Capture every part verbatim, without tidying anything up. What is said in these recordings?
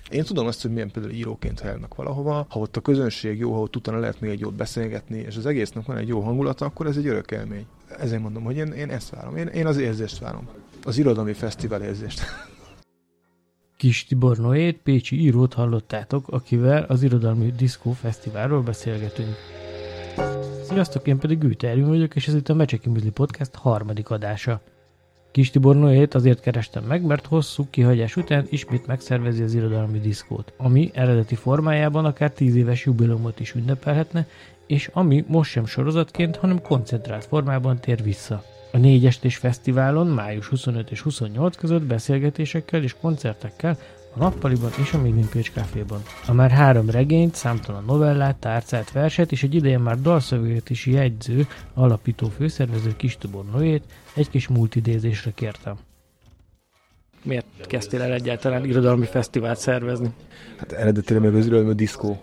Én tudom azt, hogy milyen például íróként helyeznek valahova, ha ott a közönség jó, ha ott utána lehet még egy jót beszélgetni, és az egésznek van egy jó hangulata, akkor ez egy örök élmény. Ezért mondom, hogy én, én ezt várom. Én, én az érzést várom. Az irodalmi fesztivál érzést. Kis Tibor Noét, pécsi írót hallottátok, akivel az Irodalmi Diszkó Fesztiválról beszélgetünk. Sziasztok, én pedig Gülterjű vagyok, és ez itt a Mecseki Műzli Podcast harmadik adása. Kis Tibor Noét azért kerestem meg, mert hosszú kihagyás után ismét megszervezi az Irodalmi Diszkót, ami eredeti formájában akár tíz éves jubileumot is ünnepelhetne, és ami most sem sorozatként, hanem koncentrált formában tér vissza. A négy estés fesztiválon május huszonötödike és huszonnyolcadika között beszélgetésekkel és koncertekkel a Nappaliban és a Made in Pécs Caféban. A már három regényt, számtalan novellát, tárcát, verset és egy ideje már dalszöveget is jegyző, alapító főszervező Kis Tibor Noét egy kis multidézésre kértem. Miért kezdtél el egyáltalán irodalmi fesztivált szervezni? Hát eredetileg még az Irodalmi Diszkó.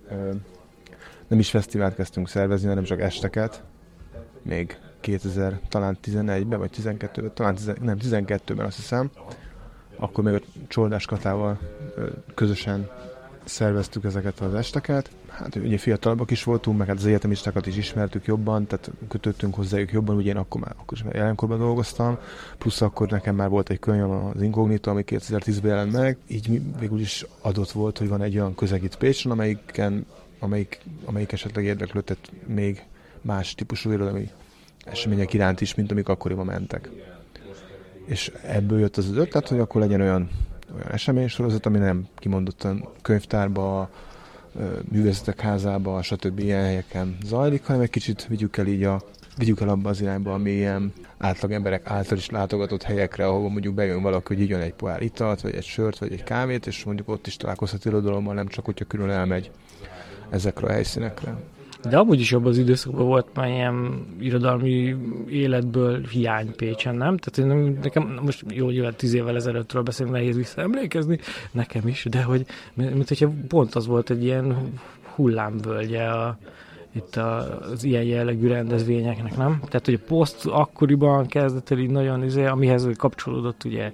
Nem is fesztivált kezdtünk szervezni, hanem csak esteket. Még kétezer, talán tizenegyben, vagy tizenkettőben, talán tizen, nem, tizenkettőben azt hiszem. Akkor még a Csoldás Katával közösen szerveztük ezeket az esteket. Hát ugye fiatalabbak is voltunk, meg hát az egyetemistákat is ismertük jobban, tehát kötöttünk hozzájuk jobban, ugye én akkor már akkor is jelenkorban dolgoztam, plusz akkor nekem már volt egy könyv, az Incognito, ami kétezer-tízben jelent meg, így végül is adott volt, hogy van egy olyan közeg itt Pécsen, amelyiken, amelyik, amelyik esetleg érdeklődött még más típusú irodalmi események iránt is, mint amik akkoriban mentek. És ebből jött az az ötlet, hogy akkor legyen olyan, olyan eseménysorozat, ami nem kimondottan könyvtárba, művészetek házába, stb. Ilyen helyeken zajlik, hanem egy kicsit vigyük el így a, vigyük el abba az irányba, ami ilyen átlag emberek által is látogatott helyekre, ahol mondjuk bejön valaki, hogy igyon egy pohár italt, vagy egy sört, vagy egy kávét, és mondjuk ott is találkozhat irodalommal, nem csak hogyha külön elmegy ezekre a helyszínekre. De amúgy is abban az időszakban volt már ilyen irodalmi életből hiány Pécsen, nem? Tehát én, nekem most jó, nyilván tíz évvel ezelőttről beszélünk, nehéz visszaemlékezni, nekem is, de hogy, mint hogyha pont az volt egy ilyen hullámvölgye a, itt a, az ilyen jellegű rendezvényeknek, nem? Tehát, hogy a poszt akkoriban kezdett el így nagyon, izé, amihez kapcsolódott ugye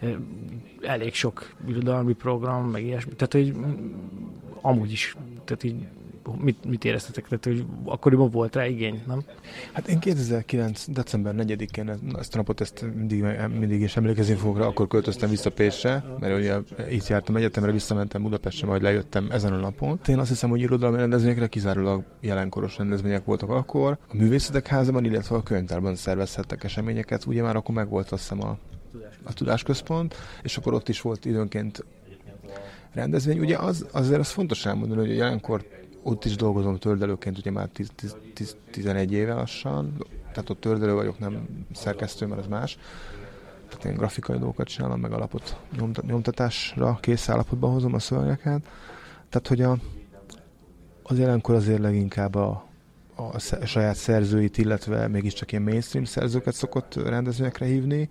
elég sok irodalmi program, meg ilyesmi. Tehát, hogy amúgy is, tehát így Mit, mit éreztetek? Tehát, hogy akkoriban volt rá igény, nem? Hát én kétezer-kilenc. december negyedikén ezt a napot ezt mindig, mindig is emlékezni fogok rá, akkor költöztem vissza Pécsre, mert ugye itt jártam egyetemre, visszamentem Budapestre, majd lejöttem ezen a napon. Én azt hiszem, hogy irodalmi rendezvényekre kizárólag jelenkoros rendezvények voltak akkor. A Művészetek Házában, illetve a könyvtárban szervezhettek eseményeket. Ugye már akkor megvolt azt hiszem a, a Tudásközpont, és akkor ott is volt időnként rendezvény. Ugye az, azért az fontos elmondani, hogy jelenkor ott is dolgozom tördelőként, ugye már tizenegy éve lassan, tehát ott tördelő vagyok, nem szerkesztő, mert az más. Tehát én grafikai dolgokat csinálom, meg alapot nyomtatásra kész állapotban hozom a szövegeket. Tehát, hogy a, az jelenkor azért leginkább a, a saját szerzőit, illetve mégiscsak ilyen mainstream szerzőket szokott rendezvényekre hívni.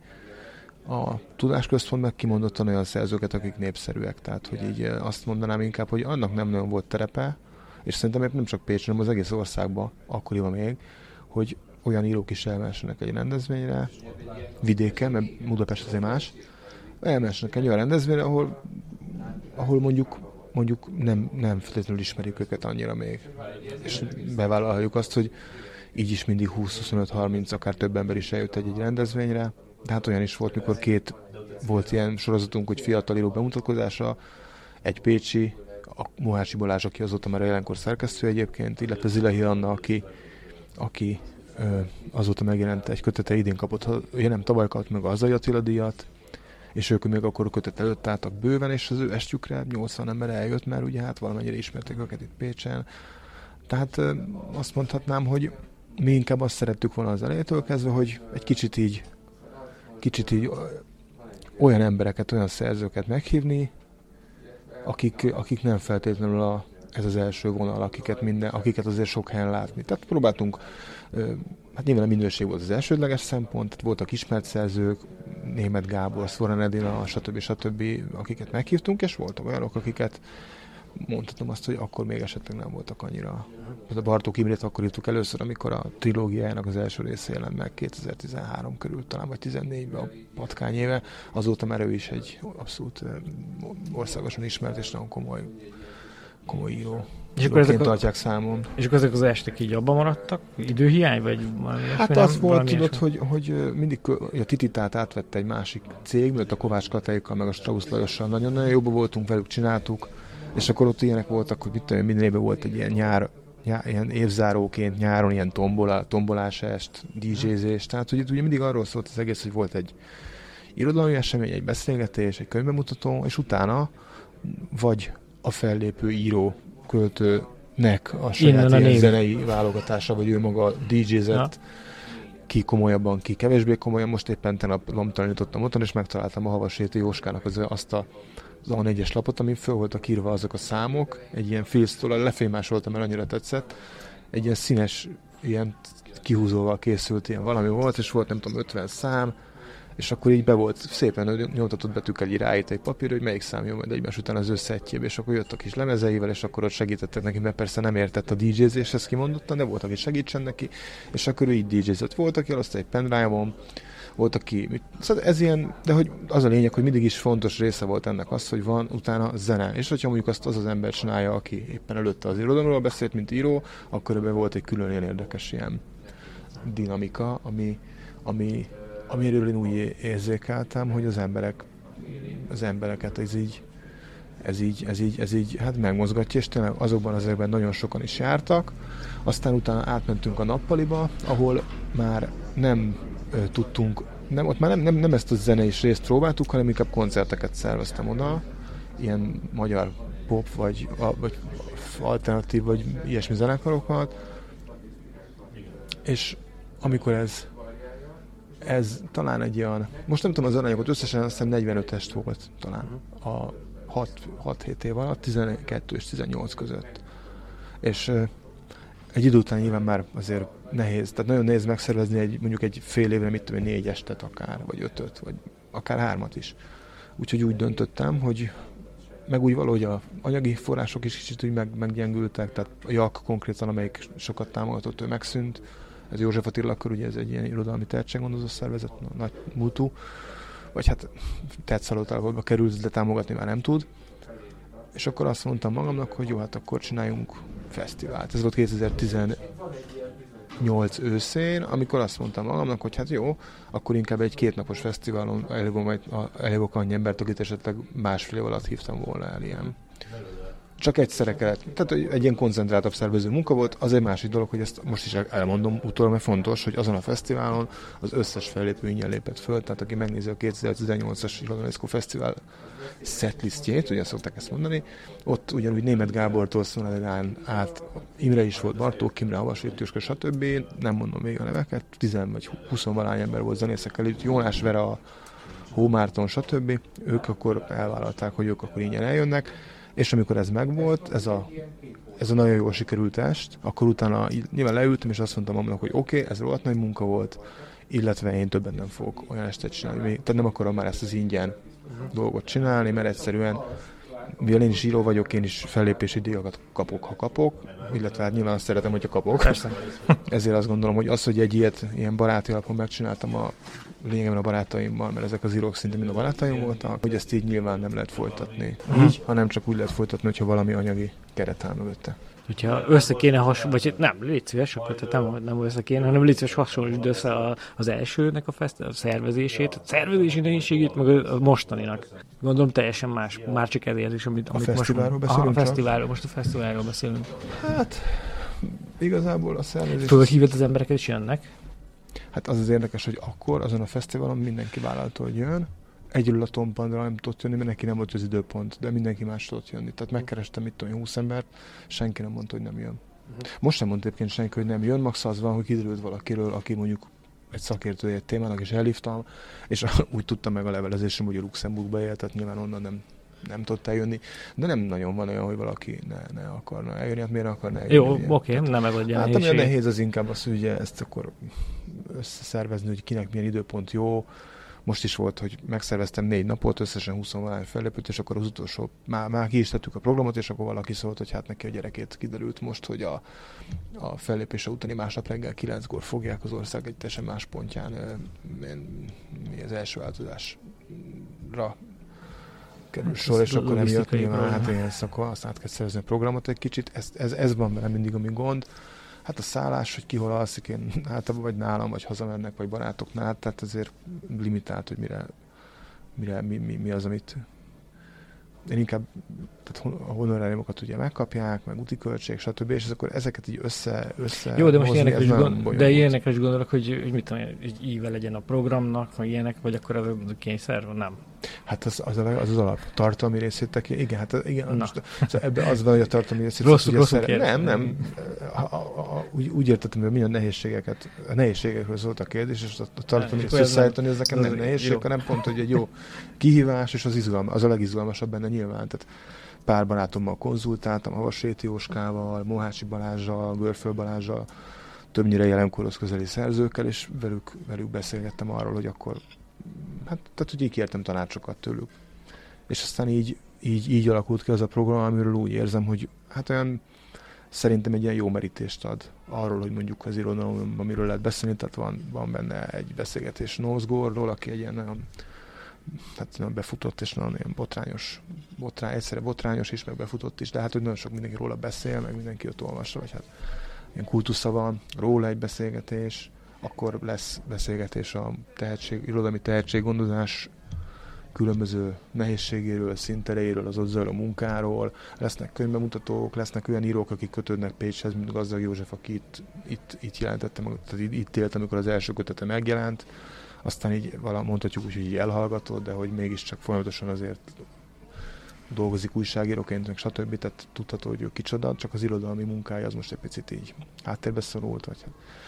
A Tudásközpont meg kimondottan olyan szerzőket, akik népszerűek. Tehát, hogy így azt mondanám inkább, hogy annak nem nagyon volt terepe, és szerintem nem csak Pécsen, hanem az egész országban, akkoriban még, hogy olyan írók is elmessenek egy rendezvényre, vidéken, mert Budapest azért más, elmessenek egy olyan rendezvényre, ahol, ahol mondjuk, mondjuk nem, nem feltétlenül ismerjük őket annyira még. És bevállaljuk azt, hogy így is mindig húsz-huszonöt-harminc, akár több ember is eljött egy, egy rendezvényre, de hát olyan is volt, mikor két volt ilyen sorozatunk, hogy fiatal írók bemutatkozása, egy pécsi, a Mohácsi Balázs, aki azóta már a jelenkor szerkesztő egyébként, illetve Zilehi Anna, aki, aki ö, azóta megjelent egy kötete, idén kapott, ugye nem, tavaly kapott meg a Hazai Attila díjat, és ők még akkor a kötet előtt álltak bőven, és az ő estjükre nyolcvan ember eljött, mert ugye hát valamennyire ismerték őket itt Pécsen. Tehát ö, azt mondhatnám, hogy mi inkább azt szerettük volna az elejétől kezdve, hogy egy kicsit így, kicsit így olyan embereket, olyan szerzőket meghívni, akik, akik nem feltétlenül a, ez az első vonal, akiket, minden, akiket azért sok helyen látni. Tehát próbáltunk, hát nyilván a minőség volt az elsődleges szempont, tehát voltak ismert szerzők, Németh Gábor, Szvoren Edina, stb. stb., akiket meghívtunk, és voltak olyanok, akiket mondhatom azt, hogy akkor még esetleg nem voltak annyira. A Bartók Imrét akkor írtuk először, amikor a trilógiájának az első része jelent meg kétezer-tizenhárom körül talán, vagy tizennégyben a Patkány éve. Azóta már ő is egy abszolút országosan ismert és nagyon komoly, komoly író. És akkor ezek tartják számon. És akkor ezek az estek így abban maradtak? Időhiány? Vagy valami hát az volt, tudod, hogy, hogy mindig a Tititát átvette egy másik cég, mert a Kovács Katáikkal meg a Strauss Lajossal nagyon-nagyon jóban voltunk velük, csináltuk, és akkor ott ilyenek voltak, hogy mit tudom, minden évben volt egy ilyen nyár, nyár ilyen évzáróként nyáron ilyen tombola, tombolásest, dé jézést, tehát hogy ugye mindig arról szólt az egész, hogy volt egy irodalmi esemény, egy beszélgetés, egy könyvbemutató, és utána vagy a fellépő író költőnek a saját a ilyen zenei válogatása, vagy ő maga dé jézett, ki komolyabban, ki kevésbé komolyan. Most éppen tegnap lomtalanítottam otthon, és megtaláltam a Havaséti Jóskának az, azt a, az á négyes lapot, amin föl voltak írva azok a számok, egy ilyen filztól, lefémásoltam, mert annyira tetszett, egy ilyen színes, ilyen kihúzóval készült ilyen valami volt, és volt nem tudom ötven szám, és akkor így be volt szépen nyomtatott betűkkel így ráírt egy papír, hogy melyik szám jó, majd egymás után az összeegyébe, és akkor jött a kis lemezeivel, és akkor ott segítettek neki, mert persze nem értett a dé jézéshez kimondottan, de volt, aki segítsen neki, és akkor ő így dé jézett. Volt, aki eloszta egy pendrive-on, volt, aki... Szóval ez ilyen, de hogy az a lényeg, hogy mindig is fontos része volt ennek az, hogy van utána zene. És hogyha mondjuk azt az az ember csinálja, aki éppen előtte az irodalomról beszélt, mint író, akkor ebben volt egy külön ilyen érdekes ilyen dinamika, ami, ami amiről én úgy érzékeltem, hogy az emberek, az embereket ez így, ez így, ez így, ez így, hát megmozgatja, és tényleg azokban az években nagyon sokan is jártak. Aztán utána átmentünk a nappaliba, ahol már nem ö, tudtunk, nem, ott már nem, nem, nem ezt a zenei részt próbáltuk, hanem inkább koncerteket szerveztem oda, ilyen magyar pop, vagy, a, vagy alternatív, vagy ilyesmi zenekarokat. És amikor ez Ez talán egy olyan, most nem tudom az aranyokat, összesen azt hiszem negyvenöt est volt talán a hat-hét év alatt, tizenkettő és tizennyolc között. És uh, egy idő után nyilván már azért nehéz, tehát nagyon nehéz megszervezni egy, mondjuk egy fél évre, mit tudom, négy estet akár, vagy ötöt, vagy akár hármat is. Úgyhogy úgy döntöttem, hogy meg úgy valahogy a anyagi források is kicsit úgy meg, meggyengültek, tehát a jak konkrétan, amelyik sokat támogatott, ő megszűnt. Ez József Attila, akkor ugye ez egy ilyen irodalmi tehetséggondozó szervezet, nagy múltú, vagy hát tehetszalótálba került, de támogatni már nem tud. És akkor azt mondtam magamnak, hogy jó, hát akkor csináljunk fesztivált. Ez volt kétezer-tizennyolc őszén, amikor azt mondtam magamnak, hogy hát jó, akkor inkább egy kétnapos fesztiválon elhívok annyi embert, akit esetleg másfél év alatt hívtam volna el ilyen. Csak egyszerre kellett. Tehát egy ilyen koncentráltabb szervező munka volt. Az egy másik dolog, hogy ezt most is elmondom utólag, mert fontos, hogy azon a fesztiválon az összes fellépő ingyen lépett föl. Tehát aki megnézi a kétezer-tizennyolcas Irodalmeszkó Fesztivál setlistjét, ugye szokták ezt mondani, ott ugyanúgy Németh Gábortól Szonadán át Imre is volt, Bartók Imre, Havaséti Jóska, stb. Nem mondom még a neveket, tíz vagy húsz-valány ember volt zenészekkel, Jónás Vera, Hómárton, stb. Ők akkor elvállalták, hogy ők akkor ingyen eljönnek. És amikor ez megvolt, ez a, ez a nagyon jól sikerült est, akkor utána nyilván leültem, és azt mondtam magamnak, hogy oké, okay, ez rohadt nagy munka volt, illetve én többet nem fogok olyan estet csinálni. Tehát nem akarom már ezt az ingyen dolgot csinálni, mert egyszerűen, mivel én is író vagyok, én is fellépési díjakat kapok, ha kapok, illetve hát nyilván azt szeretem, hogyha kapok. Persze. Ezért azt gondolom, hogy az, hogy egy ilyet ilyen baráti alapon megcsináltam a lényegében a barátaimmal, mert ezek az írók szinte mind a barátaim voltak, hogy ezt így nyilván nem lehet folytatni. Így, hanem csak úgy lehet folytatni, hogyha valami anyagi keret áll mögötte. Hogyha össze kéne hasonlítani, vagy nem, légy szíves, akkor nem, nem össze kéne, hanem légy szíves hasonlítsd össze a, az elsőnek a, fest, a szervezését, a szervezési nehézségét, meg a, a mostaninak. Gondolom teljesen más, már csak ezért is, amit, a amit fesztiválról most... Beszélünk. A fesztiválról, most a fesztiválról beszélünk. Hát, igazából a szervezés... Fölhívod az embereket, és jönnek? Hát az az érdekes, hogy akkor azon a fesztiválon mindenki vállalta, hogy jön. Egyről a Tompandra nem tudott jönni, mert neki nem volt az időpont, de mindenki más tudott jönni. Tehát megkerestem mit tudom, húsz embert, senki nem mondta, hogy nem jön. Uh-huh. Most sem mondta egyébként senki, hogy nem jön, max az van, hogy kiderült valakiről, aki mondjuk egy szakértője egy témának, és elhívtam, és úgy tudtam meg a levelezésem, hogy a Luxemburgba élt, tehát nyilván onnan nem, nem tudott eljönni, de nem nagyon van olyan, hogy valaki ne, ne akarna eljönni, hát miért akarna eljönni? Jó, oké, okay, nem megoldja. Hát ami nehéz az inkább az, hogy ugye ezt akkor összeszervezni, hogy kinek milyen időpont jó. most is volt, hogy megszerveztem négy napot, összesen huszonvalány fellépőt, és akkor az utolsó, már, már ki is tettük a programot, és akkor valaki szólt, hogy hát neki a gyerekét kiderült most, hogy a, a fellépése utáni másnap reggel kilenckor fogják az ország egy teljesen más pontján mi az első változásra kerül sor, és akkor emiatt nyilván, hát ilyen szakva, azt át kell szervezni a programot egy kicsit, ez, ez, ez van velem mindig, ami gond. Hát a szállás, hogy ki hol alszik, én általában vagy nálam, vagy hazamennek, vagy barátoknál, tehát azért limitált, hogy mire, mire mi, mi, mi az, amit én inkább tehát a honoráriumokat ugye megkapják, meg úti költség, stb. És akkor ezeket így össze, össze Jó, de most ilyenekre is, gond, de ilyenekre is gondolok, hogy, hogy mit tudom, hogy íve legyen a programnak, vagy ilyenek, vagy akkor az a kényszer, nem? Hát az az, az, az alap tartalmi részét tekint. Igen, hát igen, most, szóval ebben az van, hogy a tartalmi részét... Rosszul, rosszul szere... Nem, nem. A, a, a, úgy, úgy értettem, hogy milyen nehézségeket, a nehézségekről szólt a kérdés, és a tartalmi összeállítani, ez nekem nem nehézség, hanem pont, hogy egy jó kihívás, és az izgalma, az a legizgalmasabb benne nyilván. Tehát pár barátommal konzultáltam, Havasréti Jóskával, Mohácsi Balázsral, Görföl Balázsral, többnyire jelenkorhoz közeli szerzőkkel, és velük, velük beszélgettem arról, hogy akkor hát, tehát, hogy így kértem tanácsokat tőlük. És aztán így, így, így alakult ki az a program, amiről úgy érzem, hogy hát olyan szerintem egy ilyen jó merítést ad arról, hogy mondjuk az irodalomban amiről lehet beszélni, tehát van, van benne egy beszélgetés Nózgorról, aki egy ilyen nagyon, hát nagyon befutott és nagyon ilyen botrányos, botrány, egyszerre botrányos is, meg befutott is, de hát hogy nagyon sok mindenki róla beszél, meg mindenki ott olvassa, vagy hát ilyen kultusza van, róla egy beszélgetés, akkor lesz beszélgetés a tehetség, irodalmi tehetséggondozás különböző nehézségéről, szintereiről, az ott zajló munkáról, lesznek könyvbemutatók, lesznek olyan írók, akik kötődnek Pécshez, mint Gazdag József, aki itt, itt, itt jelentette, tehát itt élt, amikor az első kötete megjelent, aztán így valahogy mondhatjuk úgy, hogy így elhallgatott, de hogy mégiscsak folyamatosan azért dolgozik újságíróként, meg stb. Tehát tudható, hogy ő kicsoda, csak az irodalmi munkája az most egy picit így háttérbe szorult, vagy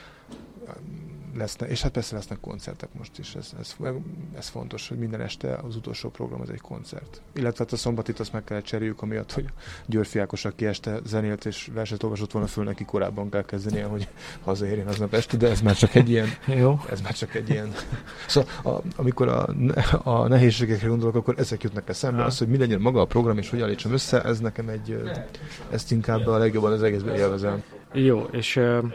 lesznek, és hát persze lesznek koncertek most is, ez, ez, ez fontos, hogy minden este az utolsó program az egy koncert. Illetve hát a szombatit azt meg kellett cseréljük, amiatt, hogy Györfi Ákos, aki este zenélt és verset olvasott volna föl, neki korábban kell kezdenie, hogy hazaérjen aznap este, de ez már csak egy ilyen, jó. ez már csak egy ilyen. Szóval a, amikor a, a nehézségekre gondolok, akkor ezek jutnak eszembe, az, hogy mi legyen maga a program és hogy állítsam össze, ez nekem egy, ezt inkább a legjobban az egészben élvezem. Jó, és uh...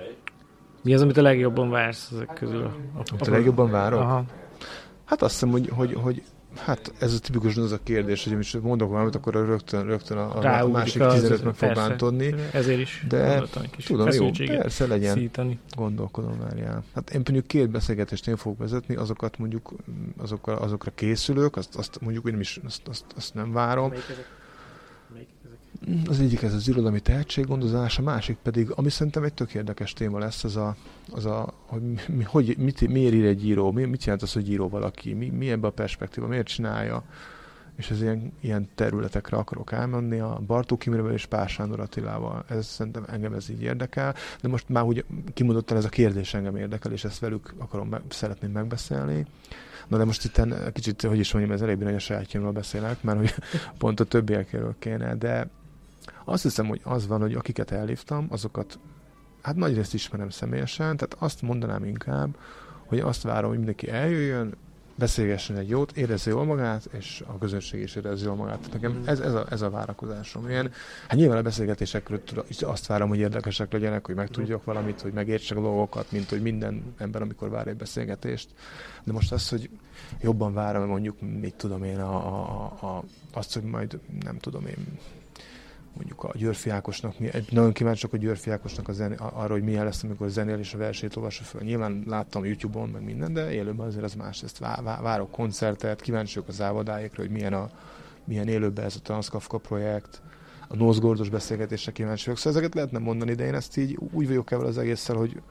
mi az, amit a legjobban vársz ezek közül? A, a, a legjobban várok? Aha. Hát azt hiszem, hogy, hogy, hogy hát ez a tipikus az a kérdés, hogy most mondok valamit, akkor rögtön, rögtön a, a másik tizenöt meg fog bántodni. Ezért is de tudom, jó, persze legyen. Szítani. Gondolkodom már, já. Hát én mondjuk két beszélgetést én fogok vezetni, azokat mondjuk azokra, azokra készülök, azt, azt mondjuk én nem is, azt, azt, azt nem várom. Melyik ezek? Melyik ezek? Az egyik ez az irodalmi tehetséggondozás, a másik pedig, ami szerintem egy tök érdekes téma lesz, az a, az a hogy, mi, hogy mit, miért ír egy író, mi, mit jelent az, hogy író valaki, mi, mi ebben a perspektíva, miért csinálja, és ez ilyen, ilyen területekre akarok elmenni, a Bartók Imrével és Pál Sándor Attilával, ez szerintem engem ez így érdekel, de most már úgy kimondottan ez a kérdés engem érdekel, és ezt velük akarom, me, szeretném megbeszélni. Na de most itt kicsit, hogy is mondjam, ez elég nagy a sajátjaimról beszélek, mert hogy pont a többiekről kéne, de azt hiszem, hogy az van, hogy akiket elhívtam, azokat hát nagyrészt ismerem személyesen, tehát azt mondanám inkább, hogy azt várom, hogy mindenki eljöjjön, beszélgessen egy jót, érezze jól magát, és a közönség is érezze jól magát. Nekem ez, ez, a, ez a várakozásom. Ilyen, hát nyilván a beszélgetésekről azt várom, hogy érdekesek legyenek, hogy megtudjak valamit, hogy megértsek a dolgokat, mint hogy minden ember, amikor vár egy beszélgetést. De most az, hogy jobban várom, mondjuk, mit tudom én, a, a, a, azt, hogy majd nem tudom én, mondjuk a Györfi Ákosnak, nagyon kíváncsiak a Györfi Ákosnak a zené, arra, hogy milyen lesz, amikor zenél és a versét olvassa föl. Nyilván láttam YouTube-on, meg minden, de élőben azért az más. Ezt vá- vá- várok koncertet, kíváncsiak az ávadáikra, hogy milyen, a, milyen élőben ez a Transzkafka projekt, a Nózgordos beszélgetésre kíváncsiak. Szóval ezeket lehetne mondani, de én ezt így úgy vagyok el az egésszel, hogy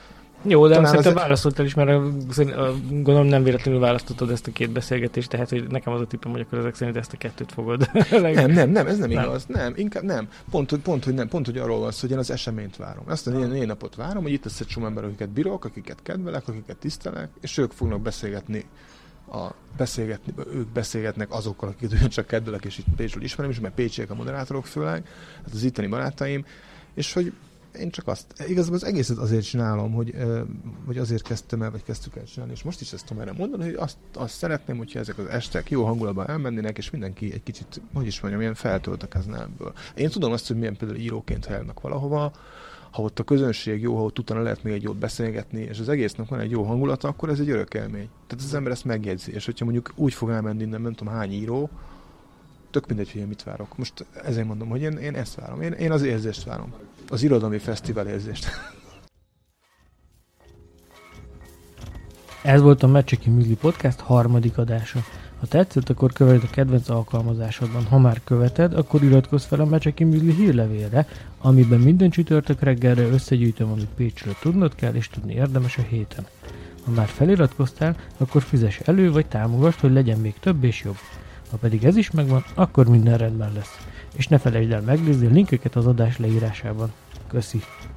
jó, de szerintem az... válaszoltál is, mert a, a, gondolom nem véletlenül választottad ezt a két beszélgetést, tehát hogy nekem az a tippem, hogy akkor ezek szerint ezt a kettőt fogod. nem, nem, nem, ez nem, nem igaz. Nem, inkább nem. Pont, hogy, pont, hogy nem. Pont, hogy arról van szó, hogy én az eseményt várom. Azt a négy napot várom, hogy itt lesz egy csomó ember, akiket bírok, akiket kedvelek, akiket tisztelek, és ők fognak beszélgetni, a, beszélgetni ők beszélgetnek azokkal, akiket ugyancsak kedvelek, és itt Pécsről ismerem is, mert pécsiek a moderátorok főleg, hát az itteni barátaim, és hogy én csak azt, igazából az egészet azért csinálom, hogy, hogy azért kezdtem el, vagy kezdtük el csinálni, és most is ezt tudom erre mondani, hogy azt, azt szeretném, hogyha ezek az estek jó hangulatban elmennének, és mindenki egy kicsit, hogy is mondjam, ilyen feltöltekezne ebből. Én tudom azt, hogy milyen például íróként helyelnek valahova, ha ott a közönség jó, ha ott utána lehet még egy jót beszélgetni, és az egésznek van egy jó hangulata, akkor ez egy örök élmény. Tehát az ember ezt megjegyzi, és hogyha mondjuk úgy fog elmenni innen, nem tudom hány író, tök mindegy, hogy én mit várok. Most ezért mondom, hogy én, én ezt várom. Én, én az érzést várom. Az irodalmi fesztivál érzést. Ez volt a Mecseki Műzli Podcast harmadik adása. Ha tetszett, akkor kövesd a kedvenc alkalmazásodban. Ha már követed, akkor iratkozz fel a Mecseki Műzli hírlevélre, amiben minden csütörtök reggelre összegyűjtöm, amit Pécsről tudnod kell és tudni érdemes a héten. Ha már feliratkoztál, akkor fizess elő vagy támogasd, hogy legyen még több és jobb. Ha pedig ez is megvan, akkor minden rendben lesz. És ne felejtsd el megnézni a linkeket az adás leírásában. Köszi!